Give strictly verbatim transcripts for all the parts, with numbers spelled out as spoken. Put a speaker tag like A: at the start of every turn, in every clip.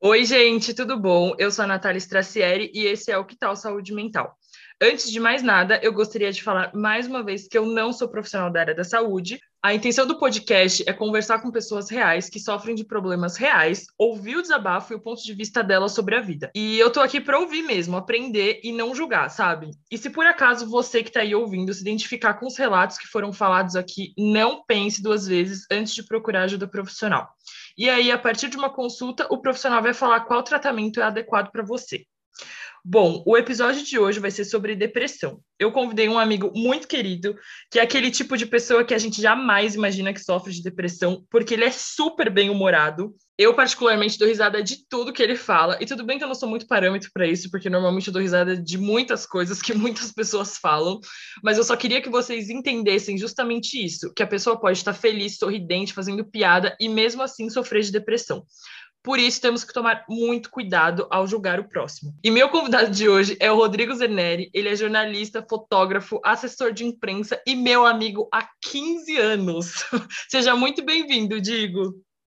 A: Oi, gente, tudo bom? Eu sou a Natália Stracieri e esse é o Que Tal Saúde Mental. Antes de mais nada, eu gostaria de falar mais uma vez que eu não sou profissional da área da saúde. A intenção do podcast é conversar com pessoas reais que sofrem de problemas reais, ouvir o desabafo e o ponto de vista delas sobre a vida. E eu tô aqui para ouvir mesmo, aprender e não julgar, sabe? E se por acaso você que tá aí ouvindo se identificar com os relatos que foram falados aqui, não pense duas vezes antes de procurar ajuda profissional. E aí, a partir de uma consulta, o profissional vai falar qual tratamento é adequado para você. Bom, o episódio de hoje vai ser sobre depressão. Eu convidei um amigo muito querido, que é aquele tipo de pessoa que a gente jamais imagina que sofre de depressão, porque ele é super bem-humorado. Eu, particularmente, dou risada de tudo que ele fala, e tudo bem que eu não sou muito parâmetro para isso, porque normalmente eu dou risada de muitas coisas que muitas pessoas falam, mas eu só queria que vocês entendessem justamente isso, que a pessoa pode estar feliz, sorridente, fazendo piada, e mesmo assim sofrer de depressão. Por isso, temos que tomar muito cuidado ao julgar o próximo. E meu convidado de hoje é o Rodrigo Zerneri. Ele é jornalista, fotógrafo, assessor de imprensa e meu amigo há quinze anos. Seja muito bem-vindo, Digo.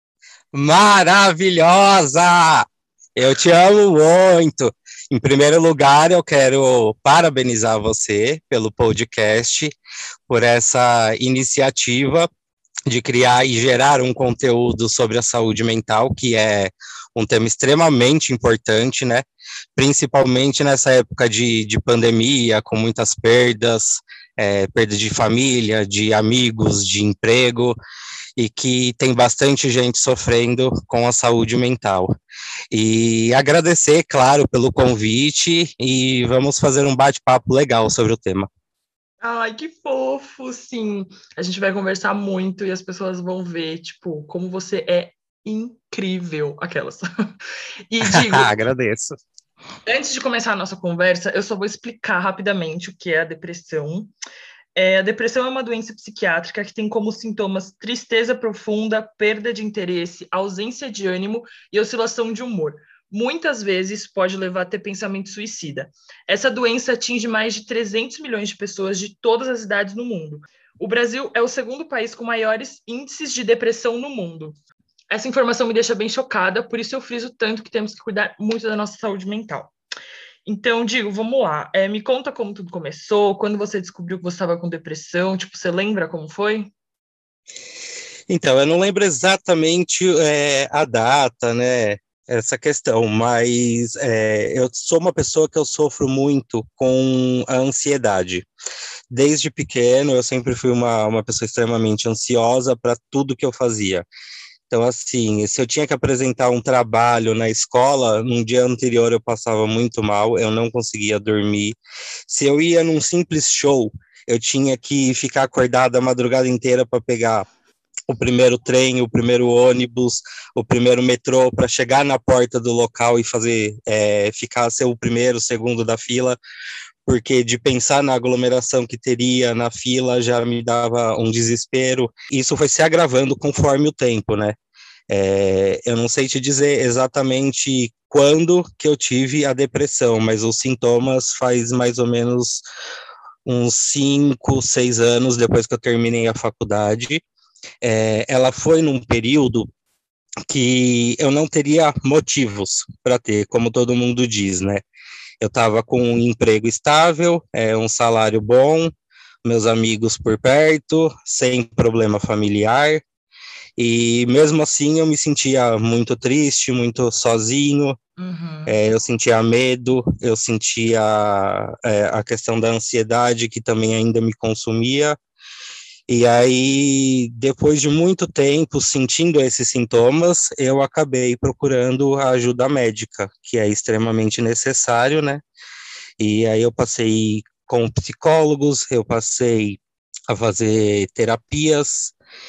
B: Maravilhosa! Eu te amo muito. Em primeiro lugar, eu quero parabenizar você pelo podcast, por essa iniciativa de criar e gerar um conteúdo sobre a saúde mental, que é um tema extremamente importante, né? Principalmente nessa época de, de pandemia, com muitas perdas, é, perda de família, de amigos, de emprego, e que tem bastante gente sofrendo com a saúde mental. E agradecer, claro, pelo convite, e vamos fazer um bate-papo legal sobre o tema.
A: Ai, que fofo, sim. A gente vai conversar muito e as pessoas vão ver, tipo, como você é incrível, aquelas. E digo,
B: Agradeço.
A: antes de começar a nossa conversa, eu só vou explicar rapidamente o que é a depressão. É, a depressão é uma doença psiquiátrica que tem como sintomas tristeza profunda, perda de interesse, ausência de ânimo e oscilação de humor. Muitas vezes pode levar a ter pensamento suicida. Essa doença atinge mais de trezentos milhões de pessoas de todas as idades no mundo. O Brasil é o segundo país com maiores índices de depressão no mundo. Essa informação me deixa bem chocada, por isso eu friso tanto que temos que cuidar muito da nossa saúde mental. Então, Digo, vamos lá. É, me conta como tudo começou, quando você descobriu que você estava com depressão, tipo, você lembra como foi?
B: Então, eu não lembro exatamente é, a data, né, essa questão, mas é, eu sou uma pessoa que eu sofro muito com a ansiedade. Desde pequeno, eu sempre fui uma, uma pessoa extremamente ansiosa para tudo que eu fazia. Então, assim, se eu tinha que apresentar um trabalho na escola, num dia anterior eu passava muito mal, eu não conseguia dormir. Se eu ia num simples show, eu tinha que ficar acordado a madrugada inteira para pegar o primeiro trem, o primeiro ônibus, o primeiro metrô, para chegar na porta do local e fazer, é, ficar ser o primeiro, o segundo da fila, porque de pensar na aglomeração que teria na fila já me dava um desespero. Isso foi se agravando conforme o tempo, né? É, eu não sei te dizer exatamente quando que eu tive a depressão, mas os sintomas faz mais ou menos uns cinco, seis anos depois que eu terminei a faculdade. É, ela foi num período que eu não teria motivos para ter, como todo mundo diz, né? Eu estava com um emprego estável, é, um salário bom, meus amigos por perto, sem problema familiar, e mesmo assim eu me sentia muito triste, muito sozinho,
A: Uhum.
B: é, eu sentia medo, eu sentia é, a questão da ansiedade que também ainda me consumia. E aí, depois de muito tempo sentindo esses sintomas, eu acabei procurando a ajuda médica, que é extremamente necessário, né? E aí eu passei com psicólogos, eu passei a fazer terapias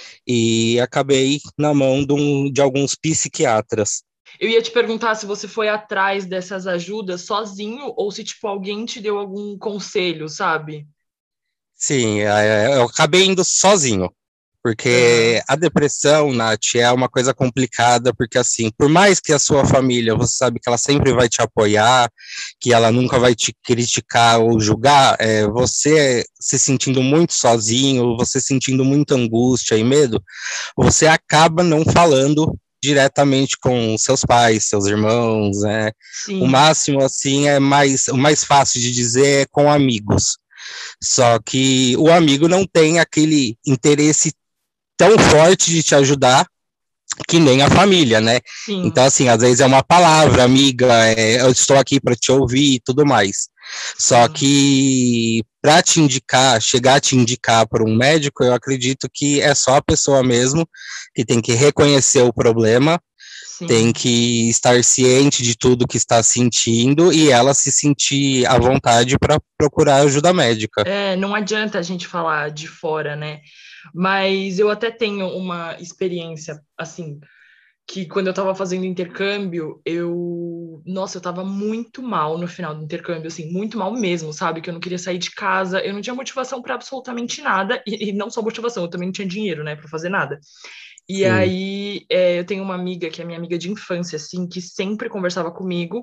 B: e acabei na mão de, um, de alguns psiquiatras.
A: Eu ia te perguntar se você foi atrás dessas ajudas sozinho ou se, tipo, alguém te deu algum conselho, sabe?
B: Sim, é, eu acabei indo sozinho, porque
A: Uhum.
B: a depressão, Nath, é uma coisa complicada, porque assim, por mais que a sua família, você sabe que ela sempre vai te apoiar, que ela nunca vai te criticar ou julgar, é, você se sentindo muito sozinho, você sentindo muita angústia e medo, você acaba não falando diretamente com seus pais, seus irmãos, né?
A: Sim.
B: O máximo, assim, é mais, o mais fácil de dizer é com amigos. Só que o amigo não tem aquele interesse tão forte de te ajudar que nem a família, né?
A: Sim.
B: Então, assim, às vezes é uma palavra, amiga, é, eu estou aqui para te ouvir e tudo mais. Só
A: Sim.
B: que para te indicar, chegar a te indicar para um médico, eu acredito que é só a pessoa mesmo que tem que reconhecer o problema,
A: Sim.
B: tem que estar ciente de tudo que está sentindo e ela se sentir à vontade para procurar ajuda médica.
A: É, não adianta a gente falar de fora, né? Mas eu até tenho uma experiência, assim, que quando eu tava fazendo intercâmbio, eu... Nossa, eu tava muito mal no final do intercâmbio, assim, muito mal mesmo, sabe? Que eu não queria sair de casa, eu não tinha motivação para absolutamente nada, e, e não só motivação, eu também não tinha dinheiro, né, para fazer nada. E
B: Sim.
A: aí, é, eu tenho uma amiga, que é minha amiga de infância, assim, que sempre conversava comigo,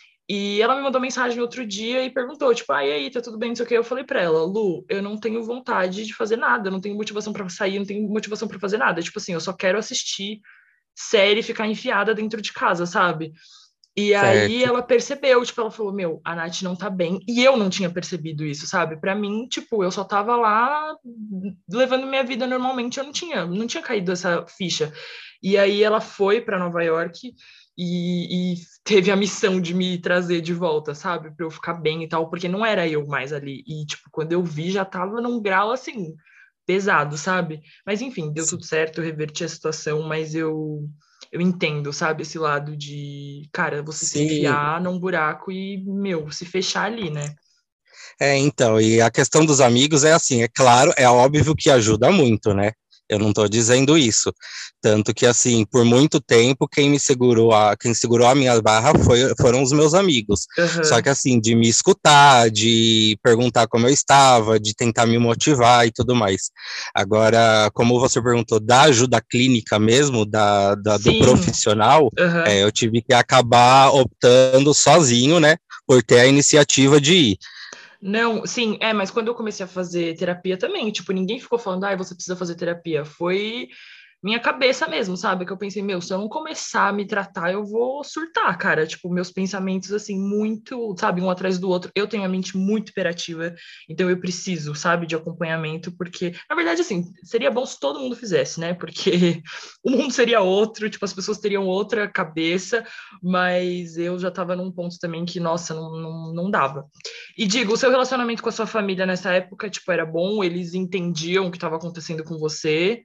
A: e ela me mandou mensagem outro dia e perguntou, tipo, ah, e aí, tá tudo bem, não sei o que. Eu falei pra ela, Lu, eu não tenho vontade de fazer nada, eu não tenho motivação pra sair, eu não tenho motivação pra fazer nada. Tipo assim, eu só quero assistir série e ficar enfiada dentro de casa, sabe? E aí
B: Certo.
A: ela percebeu, tipo, ela falou, meu, a Nath não tá bem. E eu não tinha percebido isso, sabe? Pra mim, tipo, eu só tava lá levando minha vida normalmente, eu não tinha, não tinha caído essa ficha. E aí ela foi pra Nova York e, e teve a missão de me trazer de volta, sabe? Pra eu ficar bem e tal, porque não era eu mais ali. E, tipo, quando eu vi, já tava num grau, assim, pesado, sabe? Mas, enfim, deu tudo certo, eu reverti a situação, mas eu... Eu entendo, sabe, esse lado de, cara, você se
B: Sim.
A: enfiar num buraco e, meu, se fechar ali, né?
B: É, então, e a questão dos amigos é assim, é claro, é óbvio que ajuda muito, né? Eu não estou dizendo isso. Tanto que, assim, por muito tempo, quem me segurou, a, quem segurou a minha barra foi, foram os meus amigos. Só
A: Uhum.
B: que, assim, de me escutar, de perguntar como eu estava, de tentar me motivar e tudo mais. Agora, como você perguntou, da ajuda clínica mesmo, da, da do
A: Sim.
B: profissional,
A: Uhum.
B: é, eu tive que acabar optando sozinho, né, por ter a iniciativa de ir.
A: Não, sim, é, mas quando eu comecei a fazer terapia também, tipo, ninguém ficou falando, ai, você precisa fazer terapia. Foi minha cabeça mesmo, sabe? Que eu pensei, meu, se eu não começar a me tratar, eu vou surtar, cara. Tipo, meus pensamentos, assim, muito, sabe, um atrás do outro. Eu tenho a mente muito hiperativa, então eu preciso, sabe, de acompanhamento, porque, na verdade, assim, seria bom se todo mundo fizesse, né? Porque o mundo seria outro, tipo, as pessoas teriam outra cabeça, mas eu já tava num ponto também que, nossa, não, não, não dava. E digo, o seu relacionamento com a sua família nessa época, tipo, era bom? Eles entendiam o que estava acontecendo com você?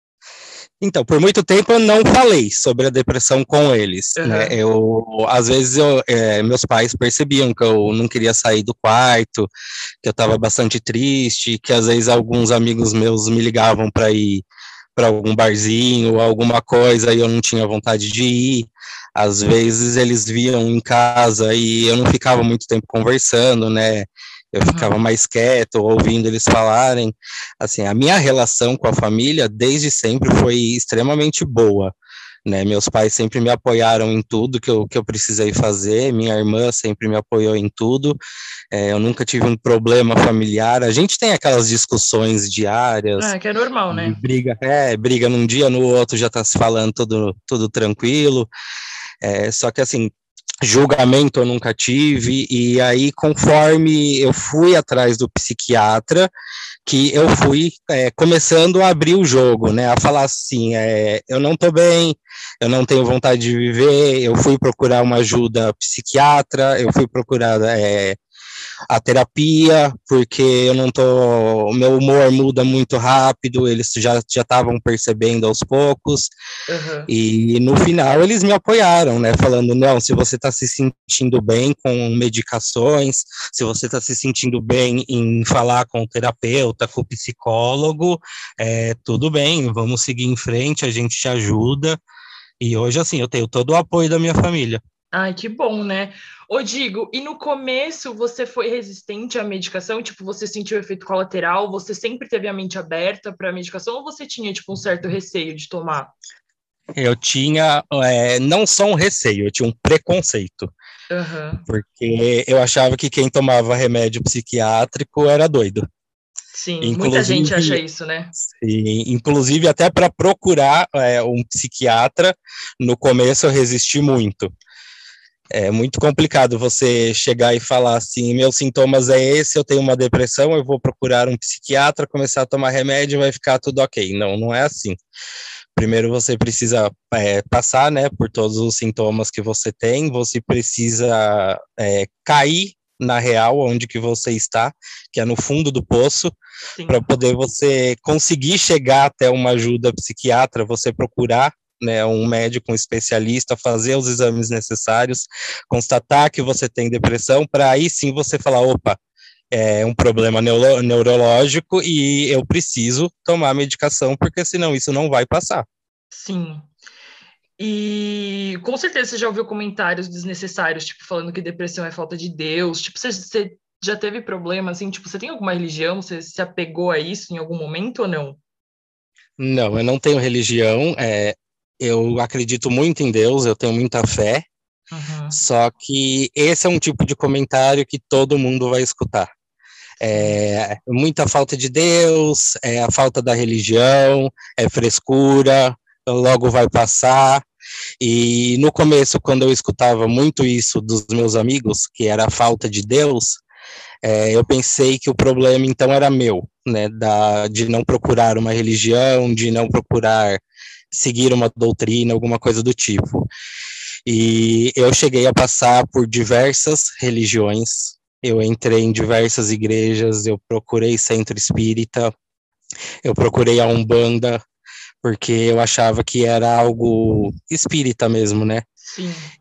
B: Então, por muito tempo eu não falei sobre a depressão com eles, né?
A: Uhum.
B: Eu, às vezes, eu, é, meus pais percebiam que eu não queria sair do quarto, que eu estava bastante triste, que às vezes alguns amigos meus me ligavam para ir para algum barzinho, alguma coisa, e eu não tinha vontade de ir. Às vezes eles viam em casa e eu não ficava muito tempo conversando, né? Eu ficava
A: Uhum.
B: mais quieto, ouvindo eles falarem. Assim, a minha relação com a família desde sempre foi extremamente boa, né? Meus pais sempre me apoiaram em tudo que eu, que eu precisei fazer, minha irmã sempre me apoiou em tudo. É, eu nunca tive um problema familiar. A gente tem aquelas discussões diárias,
A: É, que é normal,
B: e
A: né?
B: briga, é, briga num dia, no outro já tá se falando tudo, tudo tranquilo. É, só que assim, julgamento eu nunca tive, e aí conforme eu fui atrás do psiquiatra, que eu fui é, começando a abrir o jogo, né, a falar assim, é, eu não tô bem, eu não tenho vontade de viver, eu fui procurar uma ajuda psiquiatra, eu fui procurar é, a terapia, porque eu não tô, o meu humor muda muito rápido, eles já já estavam percebendo aos poucos,
A: Uhum.
B: e no final eles me apoiaram, né, falando, não, se você está se sentindo bem com medicações, se você está se sentindo bem em falar com o terapeuta, com o psicólogo, é, tudo bem, vamos seguir em frente, a gente te ajuda, e hoje, assim, eu tenho todo o apoio da minha família.
A: Ai, que bom, né? Ô, Digo, e no começo você foi resistente à medicação? Tipo, você sentiu efeito colateral? Você sempre teve a mente aberta para a medicação ou você tinha, tipo, um certo receio de tomar?
B: Eu tinha é, não só um receio, eu tinha um preconceito,
A: Aham.
B: porque eu achava que quem tomava remédio psiquiátrico era doido.
A: Sim, muita gente acha
B: Inclusive,
A: isso, né?
B: e, inclusive até para procurar é, um psiquiatra, no começo eu resisti muito. É muito complicado você chegar e falar assim, meus sintomas é esse, eu tenho uma depressão, eu vou procurar um psiquiatra, começar a tomar remédio, vai ficar tudo ok. Não, não é assim. Primeiro você precisa é, passar, né, por todos os sintomas que você tem, você precisa é, cair na real, onde que você está, que é no fundo do poço, para
A: Sim.
B: poder você conseguir chegar até uma ajuda psiquiatra, você procurar, né, um médico, um especialista, fazer os exames necessários, constatar que você tem depressão, para aí sim você falar, opa, é um problema neuro, neurológico e eu preciso tomar medicação, porque senão isso não vai passar.
A: Sim. E com certeza você já ouviu comentários desnecessários, tipo, falando que depressão é falta de Deus. Tipo, você, você já teve problema, assim? Tipo, você tem alguma religião? Você se apegou a isso em algum momento ou não?
B: Não, eu não tenho religião, é, eu acredito muito em Deus, eu tenho muita fé,
A: Uhum.
B: só que esse é um tipo de comentário que todo mundo vai escutar.
A: Sim.
B: É muita falta de Deus, é a falta da religião, é frescura, logo vai passar. E no começo, quando eu escutava muito isso dos meus amigos, que era a falta de Deus, é, eu pensei que o problema então era meu, né, da, de não procurar uma religião, de não procurar seguir uma doutrina, alguma coisa do tipo. E eu cheguei a passar por diversas religiões, eu entrei em diversas igrejas, eu procurei centro espírita, eu procurei a Umbanda, porque eu achava que era algo espírita mesmo, né?
A: Sim.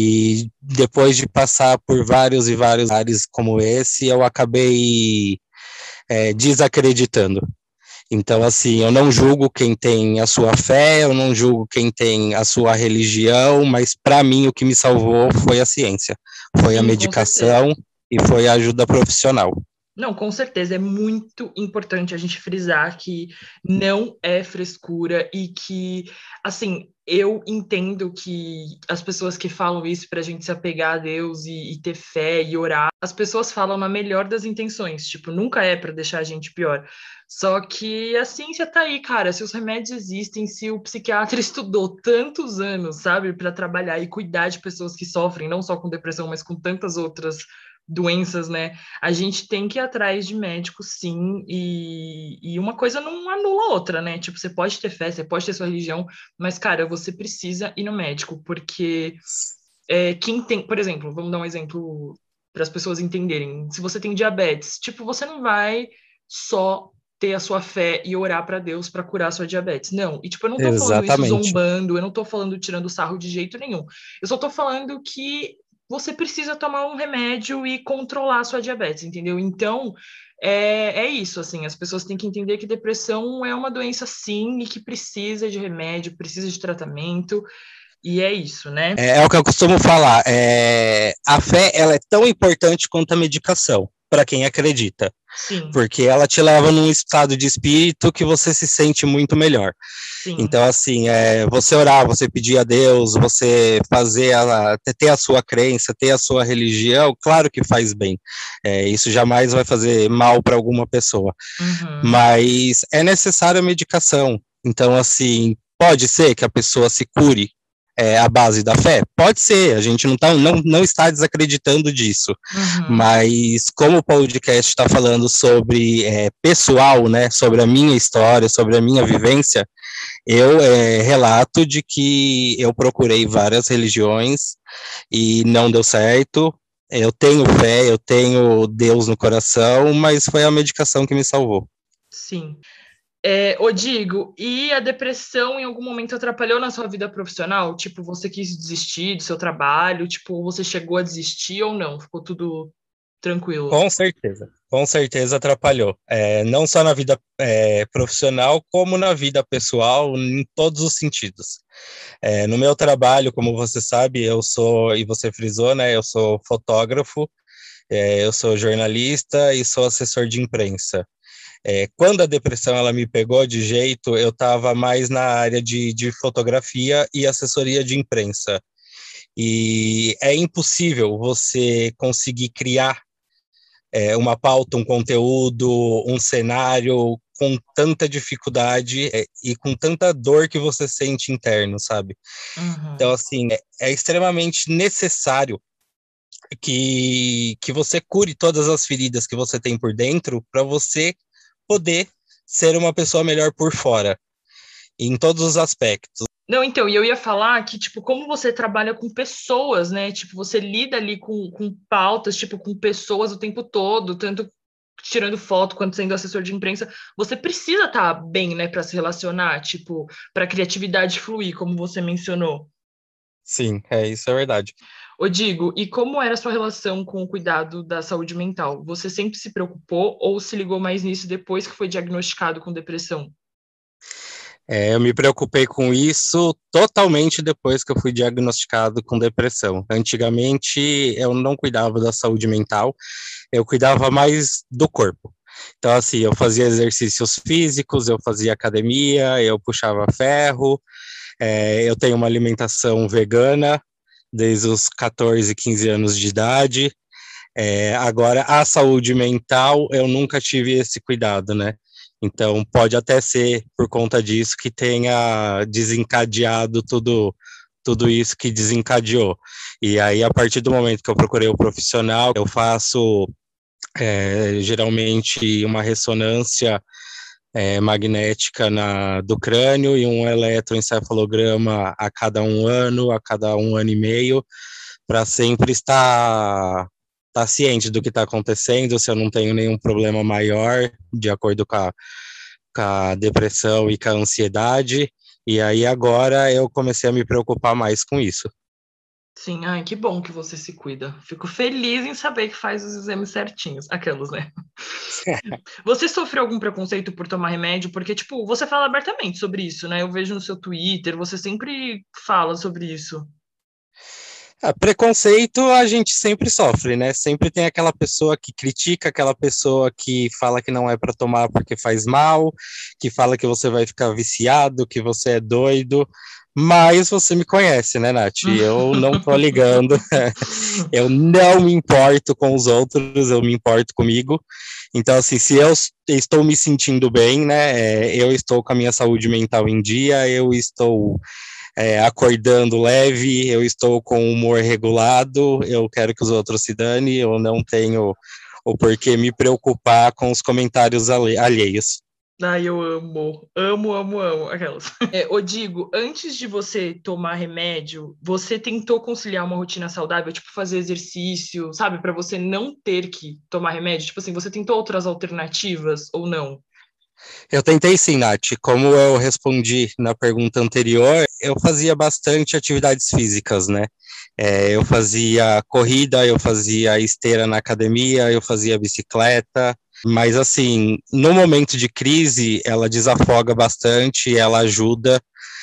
B: E depois de passar por vários e vários lugares como esse, eu acabei é, desacreditando. Então, assim, eu não julgo quem tem a sua fé, eu não julgo quem tem a sua religião, mas para mim o que me salvou foi a ciência, foi a
A: Sim, com certeza.
B: medicação e foi a ajuda profissional.
A: Não, com certeza, é muito importante a gente frisar que não é frescura e que, assim, eu entendo que as pessoas que falam isso para a gente se apegar a Deus e, e ter fé e orar, as pessoas falam na melhor das intenções, tipo, nunca é para deixar a gente pior. Só que a ciência tá aí, cara, se os remédios existem, se o psiquiatra estudou tantos anos, sabe, para trabalhar e cuidar de pessoas que sofrem, não só com depressão, mas com tantas outras doenças, né? A gente tem que ir atrás de médico, sim, e, e uma coisa não anula a outra, né? Tipo, você pode ter fé, você pode ter sua religião, mas, cara, você precisa ir no médico, porque é, quem tem, por exemplo, vamos dar um exemplo para as pessoas entenderem. Se você tem diabetes, tipo, você não vai só ter a sua fé e orar para Deus para curar a sua diabetes. Não. E tipo, eu não tô falando isso
B: Exatamente.
A: zombando, eu não tô falando tirando sarro de jeito nenhum. Eu só tô falando que você precisa tomar um remédio e controlar a sua diabetes, entendeu? Então, é, é isso, assim, as pessoas têm que entender que depressão é uma doença, sim, e que precisa de remédio, precisa de tratamento, e é isso, né?
B: É, é o que eu costumo falar. É, a fé ela é tão importante quanto a medicação para quem acredita,
A: Sim,
B: porque ela te leva num estado de espírito que você se sente muito melhor.
A: sim,
B: Então, assim, é, você orar, você pedir a Deus, você fazer a, ter a sua crença, ter a sua religião, claro que faz bem. É, isso jamais vai fazer mal para alguma pessoa,
A: uhum,
B: mas é necessária a medicação. Então, assim, pode ser que a pessoa se cure é, à base da fé? Pode ser, a gente não, tá, não, não está desacreditando disso,
A: uhum,
B: mas como o podcast está falando sobre é, pessoal, né, sobre a minha história, sobre a minha vivência, eu é, relato de que eu procurei várias religiões e não deu certo. Eu tenho fé, eu tenho Deus no coração, mas foi a medicação que me salvou.
A: sim. É, ô, Digo, e a depressão em algum momento atrapalhou na sua vida profissional? Tipo, você quis desistir do seu trabalho? Tipo, você chegou a desistir ou não? Ficou tudo tranquilo?
B: Com certeza, com certeza atrapalhou. É, não só na vida é, profissional, como na vida pessoal, em todos os sentidos. É, no meu trabalho, como você sabe, eu sou, e você frisou, né? Eu sou fotógrafo, é, eu sou jornalista e sou assessor de imprensa. É, quando a depressão ela me pegou de jeito, eu estava mais na área de, de fotografia e assessoria de imprensa. E é impossível você conseguir criar é, uma pauta, um conteúdo, um cenário com tanta dificuldade é, e com tanta dor que você sente interno, sabe?
A: Uhum.
B: Então, assim, é, é extremamente necessário que, que você cure todas as feridas que você tem por dentro para você poder ser uma pessoa melhor por fora, em todos os aspectos.
A: Não, então, e eu ia falar que, tipo, como você trabalha com pessoas, né? Tipo, você lida ali com, com pautas, tipo, com pessoas o tempo todo, tanto tirando foto quanto sendo assessor de imprensa, você precisa estar bem, né, para se relacionar, tipo, para a criatividade fluir, como você mencionou.
B: Sim, é isso, é verdade.
A: Ô, Digo, e como era a sua relação com o cuidado da saúde mental? Você sempre se preocupou ou se ligou mais nisso depois que foi diagnosticado com depressão?
B: É, eu me preocupei com isso totalmente depois que eu fui diagnosticado com depressão. Antigamente, eu não cuidava da saúde mental, eu cuidava mais do corpo. Então, assim, eu fazia exercícios físicos, eu fazia academia, eu puxava ferro, é, eu tenho uma alimentação vegana desde os catorze, quinze anos de idade. É, agora, a saúde mental, eu nunca tive esse cuidado, né? Então, pode até ser por conta disso que tenha desencadeado tudo, tudo isso que desencadeou. E aí, a partir do momento que eu procurei o profissional, eu faço é, geralmente uma ressonância é, magnética na, do crânio e um eletroencefalograma a cada um ano, a cada um ano e meio, para sempre estar, estar ciente do que está acontecendo, se eu não tenho nenhum problema maior, de acordo com a, com a depressão e com a ansiedade. E aí agora eu comecei a me preocupar mais com isso.
A: Sim, ai, que bom que você se cuida. Fico feliz em saber que faz os exames certinhos. Aquelas, né? Você sofreu algum preconceito por tomar remédio? Porque, tipo, você fala abertamente sobre isso, né? Eu vejo no seu Twitter, você sempre fala sobre isso.
B: Ah, preconceito a gente sempre sofre, né? Sempre tem aquela pessoa que critica, aquela pessoa que fala que não é para tomar porque faz mal, que fala que você vai ficar viciado, que você é doido. Mas você me conhece, né, Nath? Eu não tô ligando, eu não me importo com os outros, eu me importo comigo. Então, assim, se eu estou me sentindo bem, né, eu estou com a minha saúde mental em dia, eu estou é, acordando leve, eu estou com humor regulado, eu quero que os outros se dane, eu não tenho o porquê me preocupar com os comentários alhe alheios.
A: Ai, eu amo, amo, amo, amo aquelas. É, ô, Digo, antes de você tomar remédio, você tentou conciliar uma rotina saudável, tipo fazer exercício, sabe, para você não ter que tomar remédio? Tipo assim, você tentou outras alternativas ou não?
B: Eu tentei sim, Nath. Como eu respondi na pergunta anterior, eu fazia bastante atividades físicas, né? É, eu fazia corrida, eu fazia esteira na academia, eu fazia bicicleta, mas assim, no momento de crise, ela desafoga bastante, ela ajuda,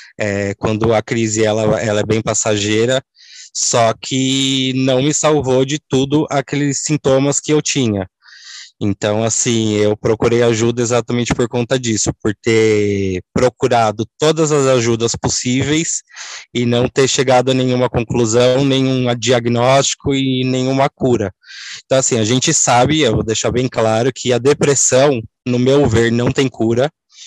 B: é, quando a crise ela, ela é bem passageira, só que não me salvou de tudo aqueles sintomas que eu tinha. Então, assim, eu procurei ajuda exatamente por conta disso, por ter procurado todas as ajudas possíveis e não ter chegado a nenhuma conclusão, nenhum diagnóstico e nenhuma cura. Então, assim, a gente sabe, eu vou deixar bem claro, que a depressão, no meu ver, não tem cura.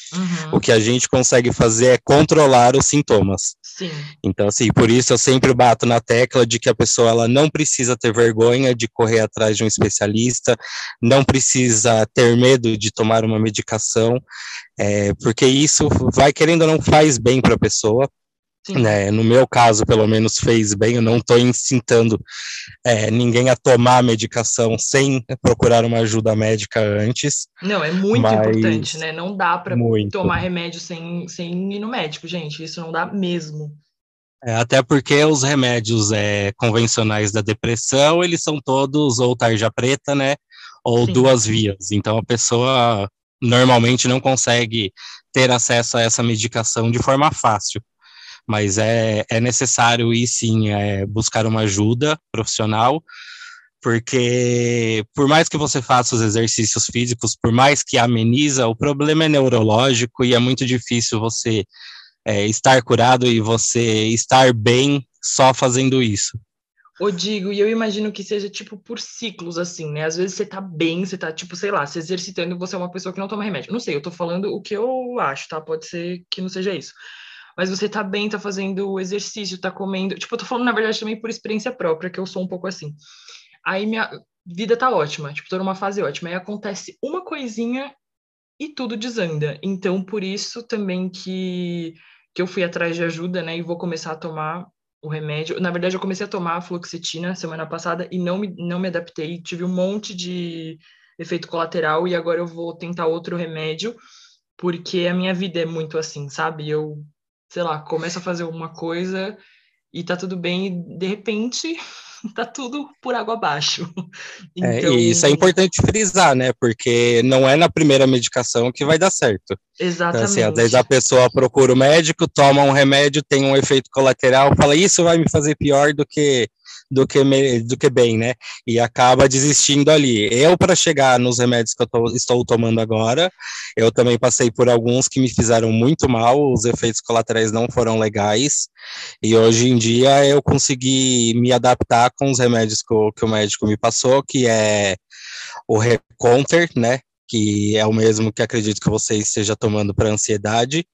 B: O
A: Uhum.
B: que a gente consegue fazer é controlar os sintomas.
A: Sim.
B: Então, assim, por isso eu sempre bato na tecla de que a pessoa ela não precisa ter vergonha de correr atrás de um especialista, não precisa ter medo de tomar uma medicação, é, porque isso vai, querendo ou não, faz bem para a pessoa.
A: Sim.
B: Né, no meu caso, pelo menos fez bem, eu não estou incitando é, ninguém a tomar medicação sem procurar uma ajuda médica antes,
A: Não, é muito importante,
B: mas
A: né? Não dá para
B: muito.
A: tomar remédio sem, sem ir no médico, gente. Isso não dá mesmo.
B: É, até porque os remédios é, convencionais da depressão, eles são todos ou tarja preta, né, ou
A: Sim.
B: duas vias. Então a pessoa normalmente não consegue ter acesso a essa medicação de forma fácil. Mas é, é necessário ir sim é, buscar uma ajuda profissional, porque por mais que você faça os exercícios físicos, por mais que ameniza, o problema é neurológico e é muito difícil você é, estar curado e você estar bem só fazendo isso.
A: Ô, Digo, e eu imagino que seja, tipo, por ciclos, assim, né? Às vezes você tá bem, você tá, tipo, sei lá, se exercitando, você é uma pessoa que não toma remédio. Não sei, eu tô falando o que eu acho, tá? Pode ser que não seja isso. Mas você tá bem, tá fazendo exercício, tá comendo. Tipo, eu tô falando, na verdade, também por experiência própria, que eu sou um pouco assim. Aí minha vida tá ótima, tipo, tô numa fase ótima. Aí acontece uma coisinha e tudo desanda. Então, por isso também que, que eu fui atrás de ajuda, né? E vou começar a tomar o remédio. Na verdade, eu comecei a tomar a fluoxetina semana passada e não me, não me adaptei. Tive um monte de efeito colateral e agora eu vou tentar outro remédio, porque a minha vida é muito assim, sabe? Eu, sei lá, começo a fazer uma coisa e tá tudo bem e de repente tá tudo por água abaixo.
B: É,
A: Então,
B: e isso é importante frisar, né? Porque não é na primeira medicação que vai dar certo. Então, assim, às vezes a
A: exatamente.
B: pessoa procura o médico, toma um remédio, tem um efeito colateral, fala, isso vai me fazer pior do que do que, me, do que bem, né? E acaba desistindo ali. Eu, para chegar nos remédios que eu tô, estou tomando agora, eu também passei por alguns que me fizeram muito mal, os efeitos colaterais não foram legais, e hoje em dia eu consegui me adaptar com os remédios que o, que o médico me passou, que é o Reconter, né? Que é o mesmo que acredito que você esteja tomando para ansiedade.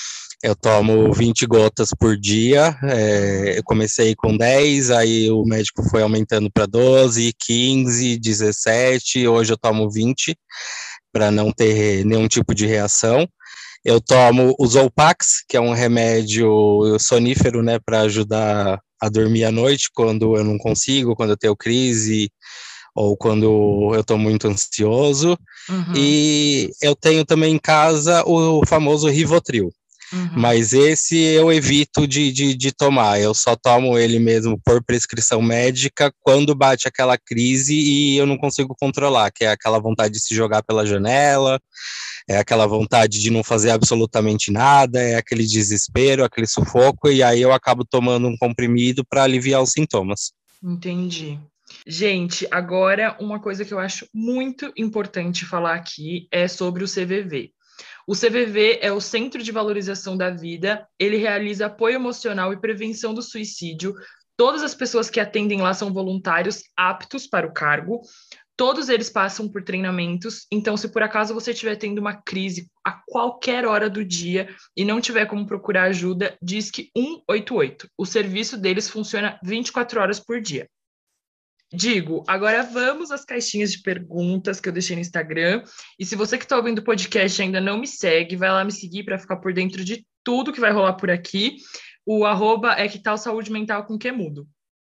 B: Eu tomo vinte gotas por dia, é, eu
A: Uhum.
B: comecei com dez, aí o médico foi aumentando para doze, quinze, dezessete, hoje eu tomo vinte, para não ter nenhum tipo de reação. Eu tomo o Zolpax, que é um remédio sonífero, né, para ajudar a dormir à noite, quando eu não consigo, quando eu tenho crise, ou quando eu estou muito ansioso.
A: Uhum.
B: E eu tenho também em casa o famoso Rivotril,
A: Uhum.
B: mas esse eu evito de, de, de tomar, eu só tomo ele mesmo por prescrição médica quando bate aquela crise e eu não consigo controlar, que é aquela vontade de se jogar pela janela, é aquela vontade de não fazer absolutamente nada, é aquele desespero, aquele sufoco, e aí eu acabo tomando um comprimido para aliviar os sintomas.
A: Entendi. Gente, agora uma coisa que eu acho muito importante falar aqui é sobre o C V V. O C V V é o Centro de Valorização da Vida, ele realiza apoio emocional e prevenção do suicídio. Todas as pessoas que atendem lá são voluntários aptos para o cargo. Todos eles passam por treinamentos, então se por acaso você estiver tendo uma crise a qualquer hora do dia e não tiver como procurar ajuda, disque um oito oito. O serviço deles funciona vinte e quatro horas por dia. Digo, agora vamos às caixinhas de perguntas que eu deixei no Instagram. E se você que está ouvindo o podcast ainda não me segue, vai lá me seguir para ficar por dentro de tudo que vai rolar por aqui. O arroba é que tal saúde mental com que mudo.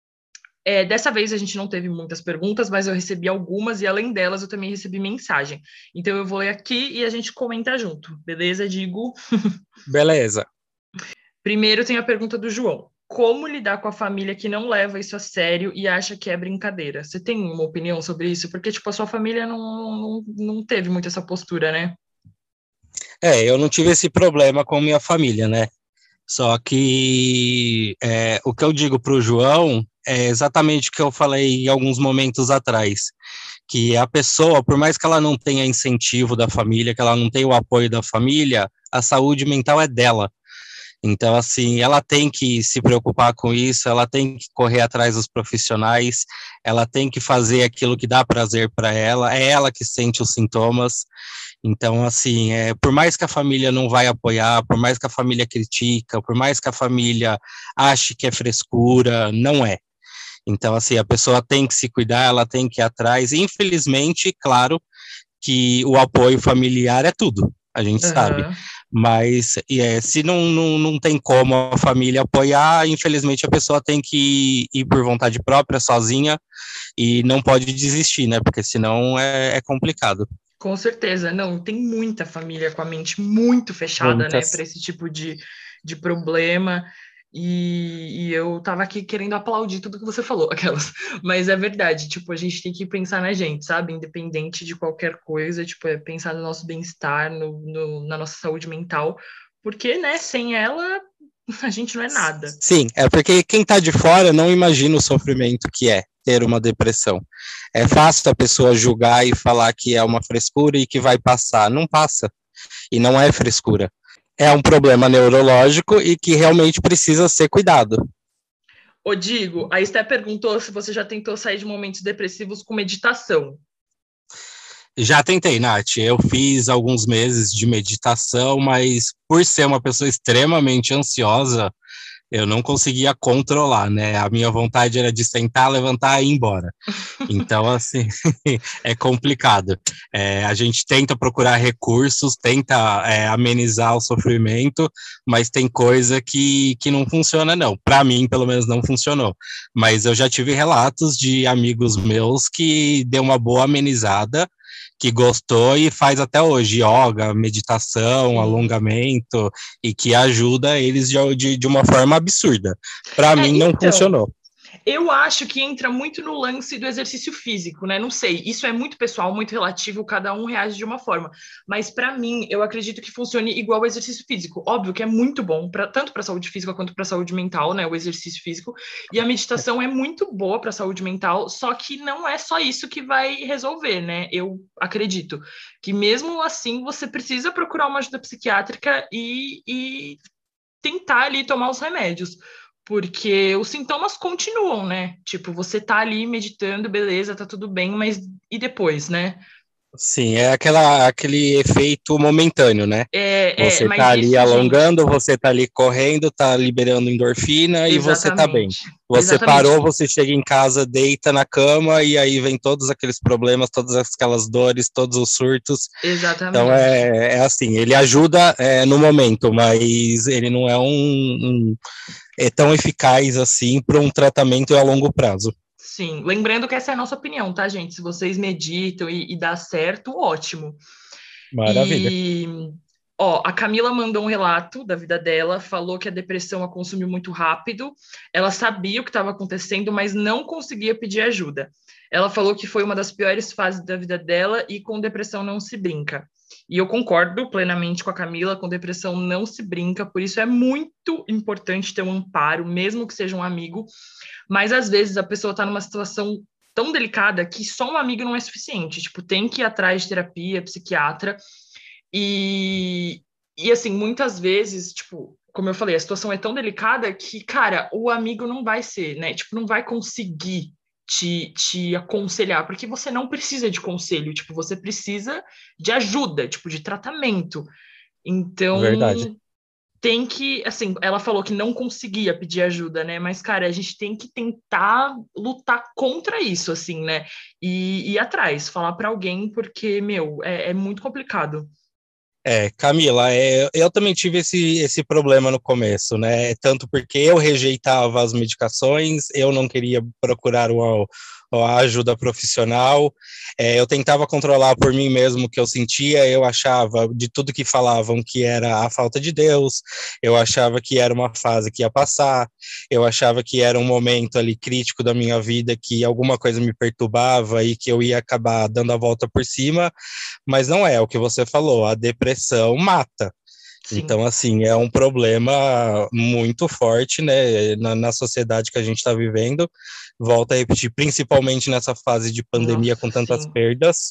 A: É, dessa vez a gente não teve muitas perguntas, mas eu recebi algumas e além delas eu também recebi mensagem. Então eu vou ler aqui e a gente comenta junto, beleza? Digo.
B: Beleza.
A: Primeiro tem a pergunta do João. Como lidar com a família que não leva isso a sério e acha que é brincadeira? Você tem uma opinião sobre isso? Porque, tipo, a sua família não, não, não teve muito essa postura, né?
B: É, eu não tive esse problema com minha família, né? Só que é, o que eu digo para o João é exatamente o que eu falei em alguns momentos atrás, que a pessoa, por mais que ela não tenha incentivo da família, que ela não tenha o apoio da família, a saúde mental é dela. Então, assim, ela tem que se preocupar com isso, ela tem que correr atrás dos profissionais, ela tem que fazer aquilo que dá prazer para ela, é ela que sente os sintomas. Então, assim, é, por mais que a família não vai apoiar, por mais que a família critica, por mais que a família ache que é frescura, não é. Então, assim, a pessoa tem que se cuidar, ela tem que ir atrás. Infelizmente, claro que o apoio familiar é tudo, a gente sabe.
A: Aham.
B: Mas é, se não, não, não tem como a família apoiar, infelizmente a pessoa tem que ir por vontade própria, sozinha, e não pode desistir, né? Porque senão é, é complicado.
A: Com certeza. Não, tem muita família com a mente muito fechada, né, para
B: Muitas.
A: esse tipo de, de problema. E, e eu tava aqui querendo aplaudir tudo que você falou, aquelas. Mas é verdade, tipo, a gente tem que pensar na gente, sabe? Independente de qualquer coisa, tipo, é pensar no nosso bem-estar, no, no, na nossa saúde mental, porque, né, sem ela, a gente não é nada.
B: Sim, é porque quem está de fora não imagina o sofrimento que é ter uma depressão. É fácil a pessoa julgar e falar que é uma frescura e que vai passar. Não passa. E não é frescura. É um problema neurológico e que realmente precisa ser cuidado.
A: Ô, Digo, a Esté perguntou se você já tentou sair de momentos depressivos com meditação.
B: Já tentei, Nath. Eu fiz alguns meses de meditação, mas por ser uma pessoa extremamente ansiosa, eu não conseguia controlar, né? A minha vontade era de sentar, levantar e ir embora. Então, assim, é complicado. É, a gente tenta procurar recursos, tenta é, amenizar o sofrimento, mas tem coisa que, que não funciona, não. Para mim, pelo menos, não funcionou. Mas eu já tive relatos de amigos meus que deu uma boa amenizada, que gostou e faz até hoje yoga, meditação,
A: Sim.
B: alongamento, e que ajuda eles de, de, de uma forma absurda. Para
A: É,
B: mim, não
A: então,
B: funcionou.
A: eu acho que entra muito no lance do exercício físico, né? Não sei, isso é muito pessoal, muito relativo, cada um reage de uma forma. Mas para mim, eu acredito que funcione igual o exercício físico. Óbvio que é muito bom, pra, tanto para a saúde física quanto para a saúde mental, né? O exercício físico. E a meditação é muito boa para a saúde mental, só que não é só isso que vai resolver, né? Eu acredito que mesmo assim você precisa procurar uma ajuda psiquiátrica e, e tentar ali tomar os remédios, porque os sintomas continuam, né? Tipo, você tá ali meditando, beleza, tá tudo bem, mas e depois, né?
B: Sim, é aquela, aquele efeito momentâneo, né?
A: É, é,
B: Você
A: mas
B: tá ali
A: isso, gente,
B: alongando, você tá ali correndo, tá liberando endorfina e você tá bem.
A: exatamente,
B: Você
A: exatamente,
B: parou, você chega em casa, deita na cama e aí vem todos aqueles problemas, todas aquelas dores, todos os surtos. Então
A: exatamente.
B: é, é assim, ele ajuda é, no momento, mas ele não é um, um é tão eficaz assim para um tratamento a longo prazo.
A: Sim, lembrando que essa é a nossa opinião, tá, gente? Se vocês meditam e, e dá certo, ótimo.
B: Maravilha.
A: E, ó, a Camila mandou um relato da vida dela, falou que a depressão a consumiu muito rápido, ela sabia o que estava acontecendo, mas não conseguia pedir ajuda. Ela falou que foi uma das piores fases da vida dela e com depressão não se brinca. E eu concordo plenamente com a Camila, com depressão não se brinca, por isso é muito importante ter um amparo, mesmo que seja um amigo, mas às vezes a pessoa está numa situação tão delicada que só um amigo não é suficiente. Tipo, tem que ir atrás de terapia, psiquiatra. E, e assim, muitas vezes, tipo, como eu falei, a situação é tão delicada que, cara, o amigo não vai ser, né? Tipo, não vai conseguir te, te aconselhar, porque você não precisa de conselho, tipo, você precisa de ajuda, tipo, de tratamento.
B: Verdade.
A: Então, tem que, assim, ela falou que não conseguia pedir ajuda, né? Mas, cara, a gente tem que tentar lutar contra isso, assim, né? E ir atrás, falar para alguém, porque, meu, é, é muito complicado.
B: É, Camila, é, eu também tive esse, esse problema no começo, né? Tanto porque eu rejeitava as medicações, eu não queria procurar uma, uma ajuda profissional, é, eu tentava controlar por mim mesmo o que eu sentia, eu achava de tudo que falavam que era a falta de Deus, eu achava que era uma fase que ia passar, eu achava que era um momento ali crítico da minha vida, que alguma coisa me perturbava e que eu ia acabar dando a volta por cima, mas não é o que você falou, a depressão mata.
A: Sim.
B: Então, assim, é um problema muito forte, né, na, na sociedade que a gente está vivendo. Volto a repetir, principalmente nessa fase de pandemia com
A: Nossa,
B: tantas
A: sim.
B: perdas.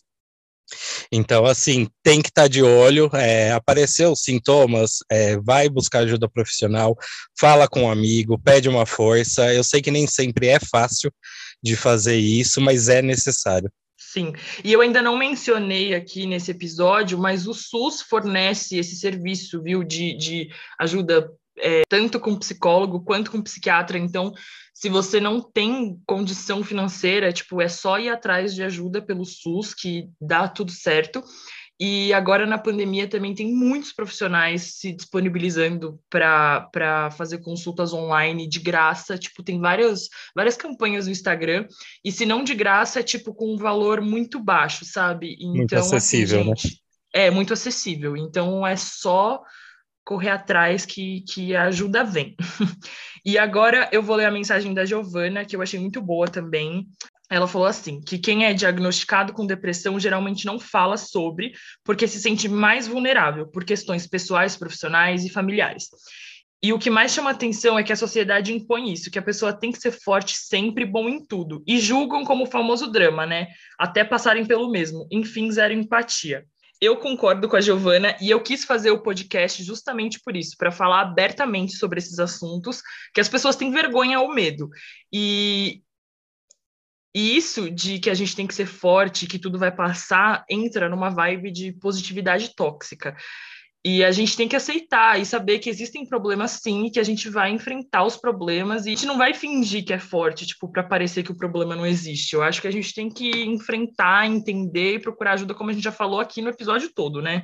B: Então, assim, tem que estar tá de olho. É, apareceu os sintomas, é, vai buscar ajuda profissional, fala com um amigo, pede uma força. Eu sei que nem sempre é fácil de fazer isso, mas é necessário.
A: Sim, e eu ainda não mencionei aqui nesse episódio, mas o SUS fornece esse serviço, viu, de, de ajuda é, tanto com psicólogo quanto com psiquiatra. Então, se você não tem condição financeira, tipo, é só ir atrás de ajuda pelo SUS que dá tudo certo. E agora na pandemia também tem muitos profissionais se disponibilizando para para fazer consultas online de graça. Tipo, tem várias, várias campanhas no Instagram, e se não de graça, é tipo com um valor muito baixo, sabe?
B: Muito
A: Então, assim,
B: acessível, né?
A: gente, é muito acessível. Então é só correr atrás que, que a ajuda vem. E agora eu vou ler a mensagem da Giovana, que eu achei muito boa também. Ela falou assim, que quem é diagnosticado com depressão geralmente não fala sobre, porque se sente mais vulnerável por questões pessoais, profissionais e familiares. E o que mais chama atenção é que a sociedade impõe isso, que a pessoa tem que ser forte sempre, bom em tudo, e julgam como o famoso drama, né? Até passarem pelo mesmo, enfim, zero empatia. Eu concordo com a Giovana e eu quis fazer o podcast justamente por isso, para falar abertamente sobre esses assuntos que as pessoas têm vergonha ou medo. E, e isso de que a gente tem que ser forte, que tudo vai passar, entra numa vibe de positividade tóxica. E a gente tem que aceitar e saber que existem problemas sim, e que a gente vai enfrentar os problemas e a gente não vai fingir que é forte, tipo, para parecer que o problema não existe. Eu acho que a gente tem que enfrentar, entender e procurar ajuda, como a gente já falou aqui no episódio todo, né?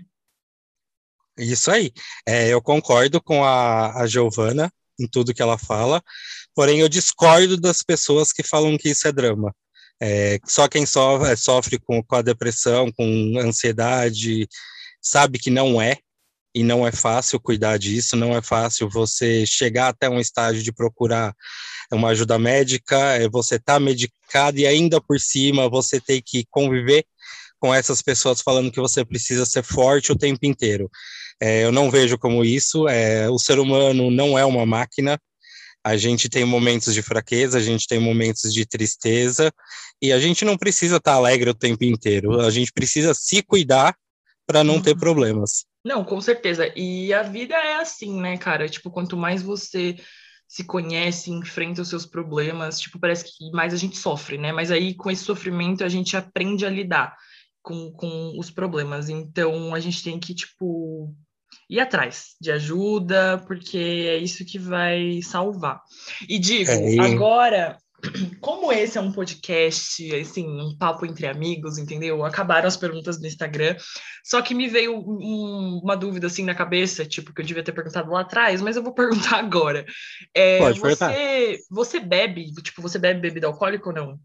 B: Isso aí. É, eu concordo com a, a Giovana em tudo que ela fala, porém eu discordo das pessoas que falam que isso é drama. É, só quem sofre, sofre com, com a depressão, com ansiedade, sabe que não é. E não é fácil cuidar disso, não é fácil você chegar até um estágio de procurar uma ajuda médica, é você tá medicado e ainda por cima você tem que conviver com essas pessoas falando que você precisa ser forte o tempo inteiro. É, eu não vejo como isso, é, o ser humano não é uma máquina, a gente tem momentos de fraqueza, a gente tem momentos de tristeza, e a gente não precisa estar alegre o tempo inteiro, a gente precisa se cuidar para não ter
A: Uhum.
B: problemas.
A: Não, com certeza. E a vida é assim, né, cara? Tipo, quanto mais você se conhece, enfrenta os seus problemas, tipo, parece que mais a gente sofre, né? Mas aí, com esse sofrimento, a gente aprende a lidar com, com os problemas. Então, a gente tem que, tipo, ir atrás de ajuda, porque é isso que vai salvar. E
B: É,
A: digo,
B: e
A: agora, como esse é um podcast, assim, um papo entre amigos, entendeu? Acabaram as perguntas do Instagram, só que me veio um- uma dúvida, assim, na cabeça, tipo, que eu devia ter perguntado lá atrás, mas eu vou perguntar agora. É,
B: pode perguntar.
A: você, você bebe, tipo, você bebe bebida alcoólica ou não?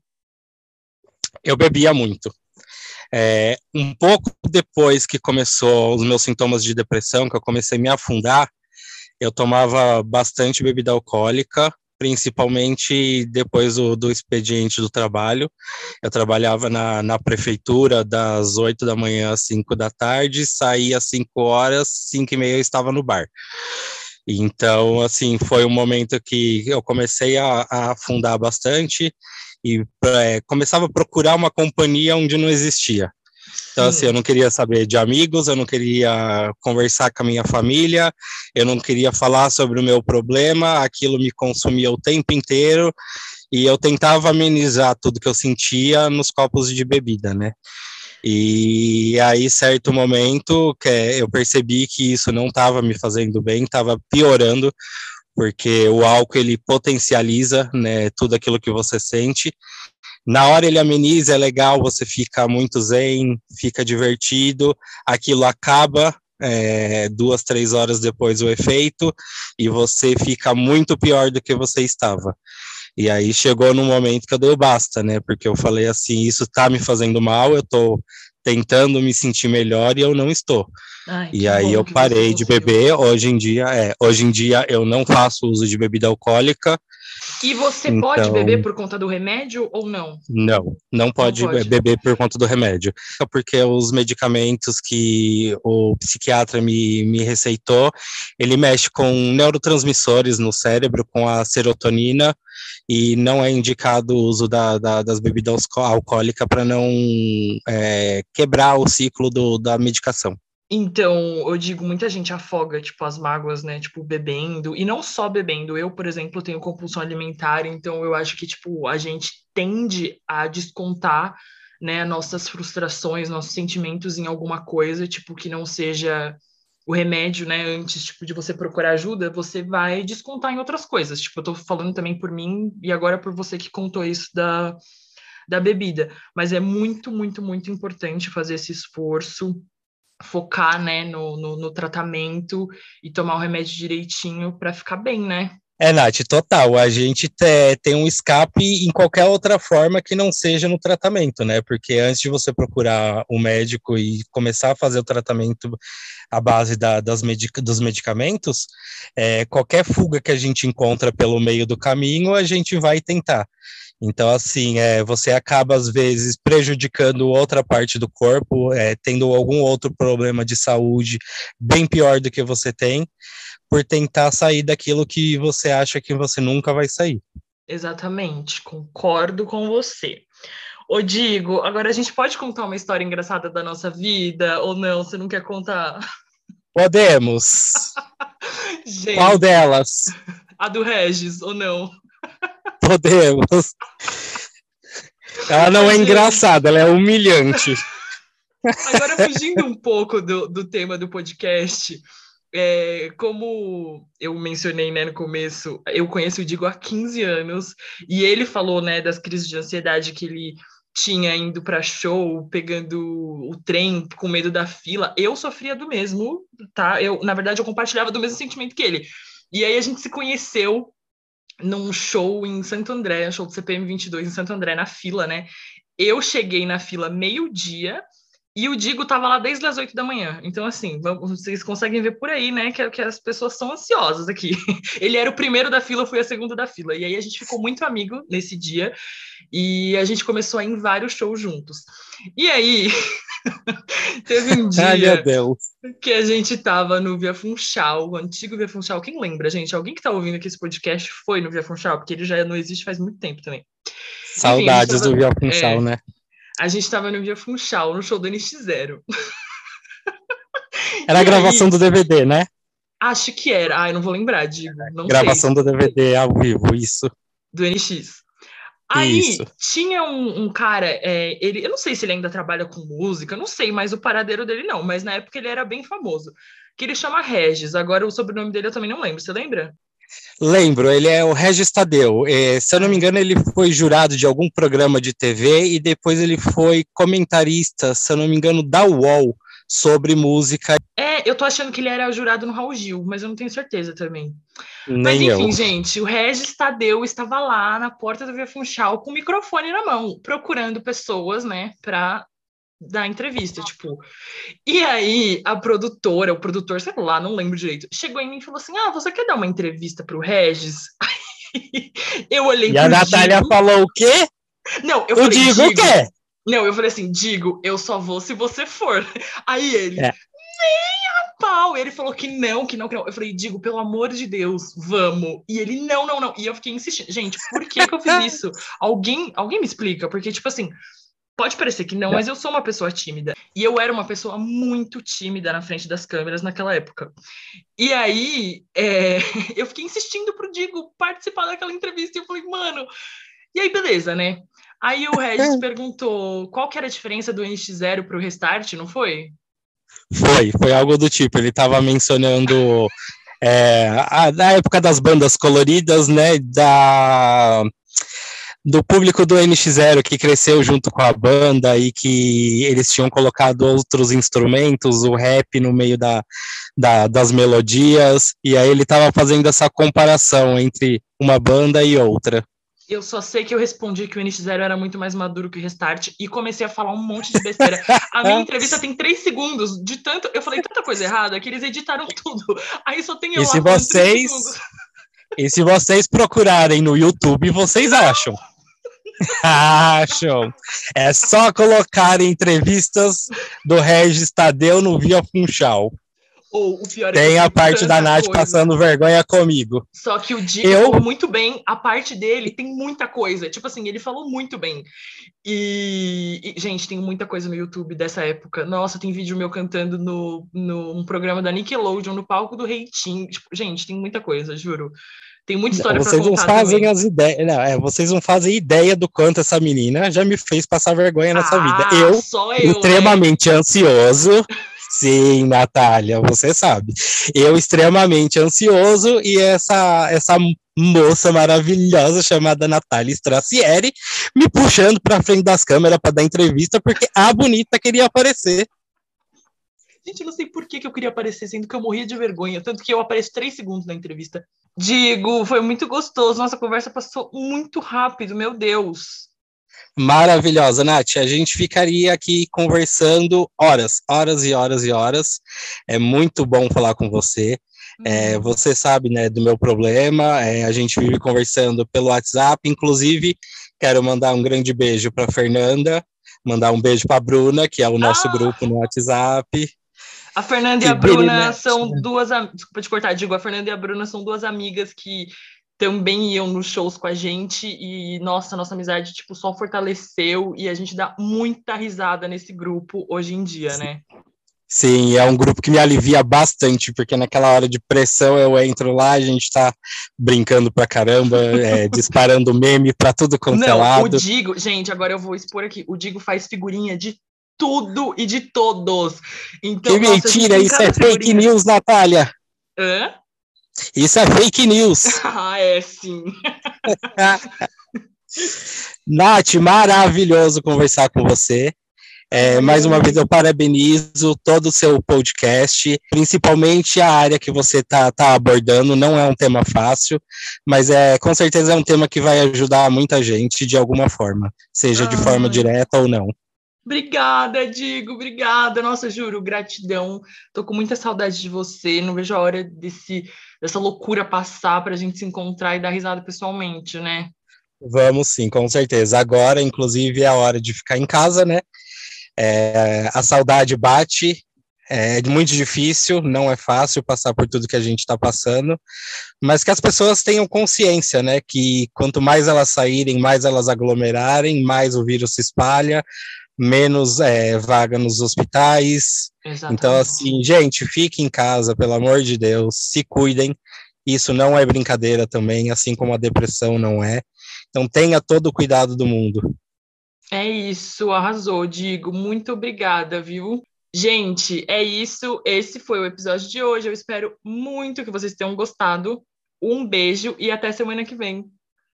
B: Eu bebia muito. É, um pouco depois que começou os meus sintomas de depressão, que eu comecei a me afundar, eu tomava bastante bebida alcoólica, principalmente depois do, do expediente do trabalho. Eu trabalhava na, na prefeitura das oito da manhã às cinco da tarde, saía às cinco horas, cinco e meia eu estava no bar. Então, assim, foi um momento que eu comecei a, a afundar bastante e é, começava a procurar uma companhia onde não existia. Então, assim, eu
A: Sim,
B: não queria saber de amigos, eu não queria conversar com a minha família, eu não queria falar sobre o meu problema, aquilo me consumia o tempo inteiro e eu tentava amenizar tudo que eu sentia nos copos de bebida, né? E aí, certo momento, que eu percebi que isso não estava me fazendo bem, estava piorando, porque o álcool ele potencializa, né, tudo aquilo que você sente. Na hora ele ameniza, é legal, você fica muito zen, fica divertido, aquilo acaba é, duas, três horas depois o efeito, e você fica muito pior do que você estava. E aí chegou num momento que eu dei o basta, né? Porque eu falei assim, isso tá me fazendo mal, eu tô tentando me sentir melhor e eu não estou.
A: ai,
B: E
A: que
B: aí
A: bom
B: eu
A: que você
B: parei de
A: conseguiu.
B: beber. Hoje em dia, é, hoje em dia eu não faço uso de bebida alcoólica,
A: E você pode beber
B: então
A: por conta do remédio ou não?
B: não, não
A: Não
B: pode
A: pode.
B: beber por conta do remédio. É porque os medicamentos que o psiquiatra me, me receitou, ele mexe com neurotransmissores no cérebro, com a serotonina, e não é indicado o uso da, da, das bebidas alcoólicas para não é, quebrar o ciclo do, da medicação.
A: Então, eu digo, muita gente afoga, tipo, as mágoas, né, tipo, bebendo, e não só bebendo. Eu, por exemplo, tenho compulsão alimentar, então eu acho que, tipo, a gente tende a descontar, né, nossas frustrações, nossos sentimentos em alguma coisa, tipo, que não seja o remédio, né, antes, tipo, de você procurar ajuda, você vai descontar em outras coisas. Tipo, eu tô falando também por mim, e agora por você que contou isso da, da bebida. Mas é muito, muito, muito importante fazer esse esforço, focar, né, no, no, no tratamento e tomar o remédio direitinho para ficar bem, né?
B: É, Nath, total. A gente te, tem um escape em qualquer outra forma que não seja no tratamento, né? Porque antes de você procurar o um médico e começar a fazer o tratamento à base da, das medica, dos medicamentos, é, qualquer fuga que a gente encontra pelo meio do caminho, a gente vai tentar. Então, assim, é, você acaba, às vezes, prejudicando outra parte do corpo, é, tendo algum outro problema de saúde bem pior do que você tem, por tentar sair daquilo que você acha que você nunca vai sair.
A: Exatamente, concordo com você. Ô, Digo, agora a gente pode contar uma história engraçada da nossa vida ou não? Você não quer contar?
B: Podemos. Qual
A: Gente,
B: delas?
A: a do Regis ou não?
B: Podemos. Ela não
A: Ai,
B: é
A: gente,
B: engraçada, ela é humilhante.
A: agora fugindo um pouco do, do tema do podcast, é, como eu mencionei, né, no começo, eu conheço o Digo há quinze anos e ele falou, né, das crises de ansiedade que ele tinha indo para show, pegando o trem com medo da fila. Eu sofria do mesmo, tá? Eu, na verdade, eu compartilhava do mesmo sentimento que ele. E aí a gente se conheceu num show em Santo André, um show do C P M vinte e dois em Santo André, na fila, né? Eu cheguei na fila meio-dia e o Digo tava lá desde as oito da manhã. Então, assim, vocês conseguem ver por aí, né, que, que as pessoas são ansiosas aqui. Ele era o primeiro da fila, eu fui a segunda da fila. E aí a gente ficou muito amigo nesse dia e a gente começou a ir em vários shows juntos. E aí, teve um
B: Ai, meu
A: dia
B: Deus.
A: que a gente tava no Via Funchal, o antigo Via Funchal. Quem lembra, gente? Alguém que tá ouvindo aqui esse podcast foi no Via Funchal? Porque ele já não existe faz muito tempo também. Enfim, a gente
B: Saudades do
A: tava...
B: Via Funchal,
A: É,
B: né?
A: a gente tava no Via Funchal, no show do N X Zero.
B: Era a
A: E
B: gravação
A: aí,
B: do D V D, né?
A: acho que era. Ah, eu não vou lembrar, digo. Não sei.
B: Gravação do D V D ao vivo, isso.
A: Do N X.
B: Isso.
A: Aí tinha um, um cara, é, ele, eu não sei se ele ainda trabalha com música, eu não sei mais o paradeiro dele, não, mas na época ele era bem famoso. Que ele chama Regis. Agora o sobrenome dele eu também não lembro. Você lembra?
B: Lembro, ele é o Regis Tadeu. É, se eu não me
A: Ah,
B: engano, ele foi jurado de algum programa de T V e depois ele foi comentarista, se eu não me engano, da U O L sobre música.
A: é, eu tô achando que ele era jurado no Raul Gil, mas eu não tenho certeza também. Mas
B: Nem eu.
A: enfim, gente, o Regis Tadeu estava lá na porta do Via Funchal com o microfone na mão, procurando pessoas, né, para dar entrevista, tipo. E aí a produtora, o produtor, sei lá, não lembro direito, chegou em mim e falou assim: "Ah, você quer dar uma entrevista pro Regis?" Eu olhei
B: E a
A: pro
B: Natália
A: Digo.
B: falou o quê?
A: Não, eu
B: Eu
A: falei:
B: digo o
A: "Digo".
B: quê?
A: Não, eu falei assim: "Digo, eu só vou se você for". Aí ele:
B: É.
A: pau. Ele falou que não, que não, que não. Eu falei, Digo, pelo amor de Deus, vamos. E ele, não, não, não. E eu fiquei insistindo. Gente, por que que eu fiz isso? Alguém, alguém me explica? Porque, tipo assim, pode parecer que não, mas eu sou uma pessoa tímida. E eu era uma pessoa muito tímida na frente das câmeras naquela época. E aí, é, eu fiquei insistindo pro Digo participar daquela entrevista. E eu falei, mano... E aí, beleza, né? Aí o Regis perguntou qual que era a diferença do N X Zero pro Restart, não foi?
B: Foi, foi algo do tipo. Ele estava mencionando é, a, da época das bandas coloridas, né? Da, do público do N X Zero que cresceu junto com a banda e que eles tinham colocado outros instrumentos, o rap no meio da, da, das melodias, e aí ele estava fazendo essa comparação entre uma banda e outra.
A: Eu só sei que eu respondi que o N X Zero era muito mais maduro que o Restart e comecei a falar um monte de besteira. A minha entrevista tem três segundos, de tanto. Eu falei tanta coisa errada que eles editaram tudo. Aí só tem eu
B: E
A: lá
B: se
A: falando três
B: vocês,
A: segundos.
B: e se vocês procurarem no YouTube, vocês acham. Acham. É só colocar entrevistas do Regis Tadeu no Via Funchal.
A: Ou o pior é que eu
B: Tem a
A: tenho
B: parte da
A: tanta
B: Nath
A: coisa.
B: passando vergonha comigo.
A: Só que o Digo
B: Eu,
A: falou muito bem, a parte dele tem muita coisa. Tipo assim, ele falou muito bem. E, e, gente, tem muita coisa no YouTube dessa época. Nossa, tem vídeo meu cantando no, no um programa da Nickelodeon, no palco do Reitinho. Tipo, gente, tem muita coisa, juro. Tem muita história para
B: vocês não
A: contar
B: fazem
A: também.
B: as ideias, não, é, vocês não fazem ideia do quanto essa menina já me fez passar vergonha nessa vida.
A: Ah,
B: Eu,
A: só eu, né?
B: extremamente ansioso. Sim, Natália, você sabe. Eu extremamente ansioso e essa essa moça maravilhosa chamada Natália Stracieri me puxando para frente das câmeras para dar entrevista porque a bonita queria aparecer.
A: Gente, eu não sei por que, que eu queria aparecer, sendo que eu morria de vergonha. Tanto que eu apareço três segundos na entrevista. Digo, foi muito gostoso. Nossa conversa passou muito rápido, meu Deus.
B: Maravilhosa, Nath. A gente ficaria aqui conversando horas, horas e horas e horas. É muito bom falar com você. É,
A: Uhum.
B: você sabe, né, do meu problema. É, a gente vive conversando pelo WhatsApp. Inclusive, quero mandar um grande beijo para Fernanda, mandar um beijo para a Bruna, que é o nosso
A: Ah,
B: grupo no WhatsApp.
A: a Fernanda e
B: Que
A: a
B: vira e
A: Bruna
B: mexe,
A: são duas... Desculpa te cortar, digo, a Fernanda e a Bruna são duas amigas que também iam nos shows com a gente e, nossa, nossa amizade, tipo, só fortaleceu e a gente dá muita risada nesse grupo hoje em dia, né?
B: Sim, é um grupo que me alivia bastante, porque naquela hora de pressão eu entro lá, a gente tá brincando pra caramba, é, disparando meme pra tudo quanto é
A: Não, o
B: lado.
A: Digo, gente, agora eu vou expor aqui, o Digo faz figurinha de tudo e de todos. Então,
B: Que
A: nossa, a gente
B: mentira,
A: tem
B: isso é
A: cada
B: fake
A: figurinha.
B: news, Natália!
A: Hã?
B: Isso é fake news!
A: Ah, é, sim.
B: Nath, maravilhoso conversar com você. É,
A: Ai,
B: mais uma vez
A: amei.
B: eu parabenizo todo o seu podcast, principalmente a área que você está tá abordando, não é um tema fácil, mas é com certeza é um tema que vai ajudar muita gente de alguma forma, seja de forma
A: Ai.
B: direta ou não.
A: Obrigada, Digo, obrigada. Nossa, juro, gratidão. Tô com muita saudade de você. Não vejo a hora desse, dessa loucura passar pra gente se encontrar e dar risada pessoalmente, né?
B: Vamos sim, com certeza. Agora, inclusive, é a hora de ficar em casa, né? É, a saudade bate, é muito difícil, não é fácil passar por tudo que a gente está passando, mas que as pessoas tenham consciência, né? Que quanto mais elas saírem, mais elas aglomerarem, mais o vírus se espalha, menos é, vaga nos hospitais. Então,
A: Exatamente.
B: assim, gente, fiquem em casa, pelo amor de Deus, se cuidem. Isso não é brincadeira também, assim como a depressão não é. Então, tenha todo o cuidado do mundo.
A: É isso, arrasou, Digo. Muito obrigada, viu? Gente, é isso. Esse foi o episódio de hoje. Eu espero muito que vocês tenham gostado. Um beijo e até semana que vem.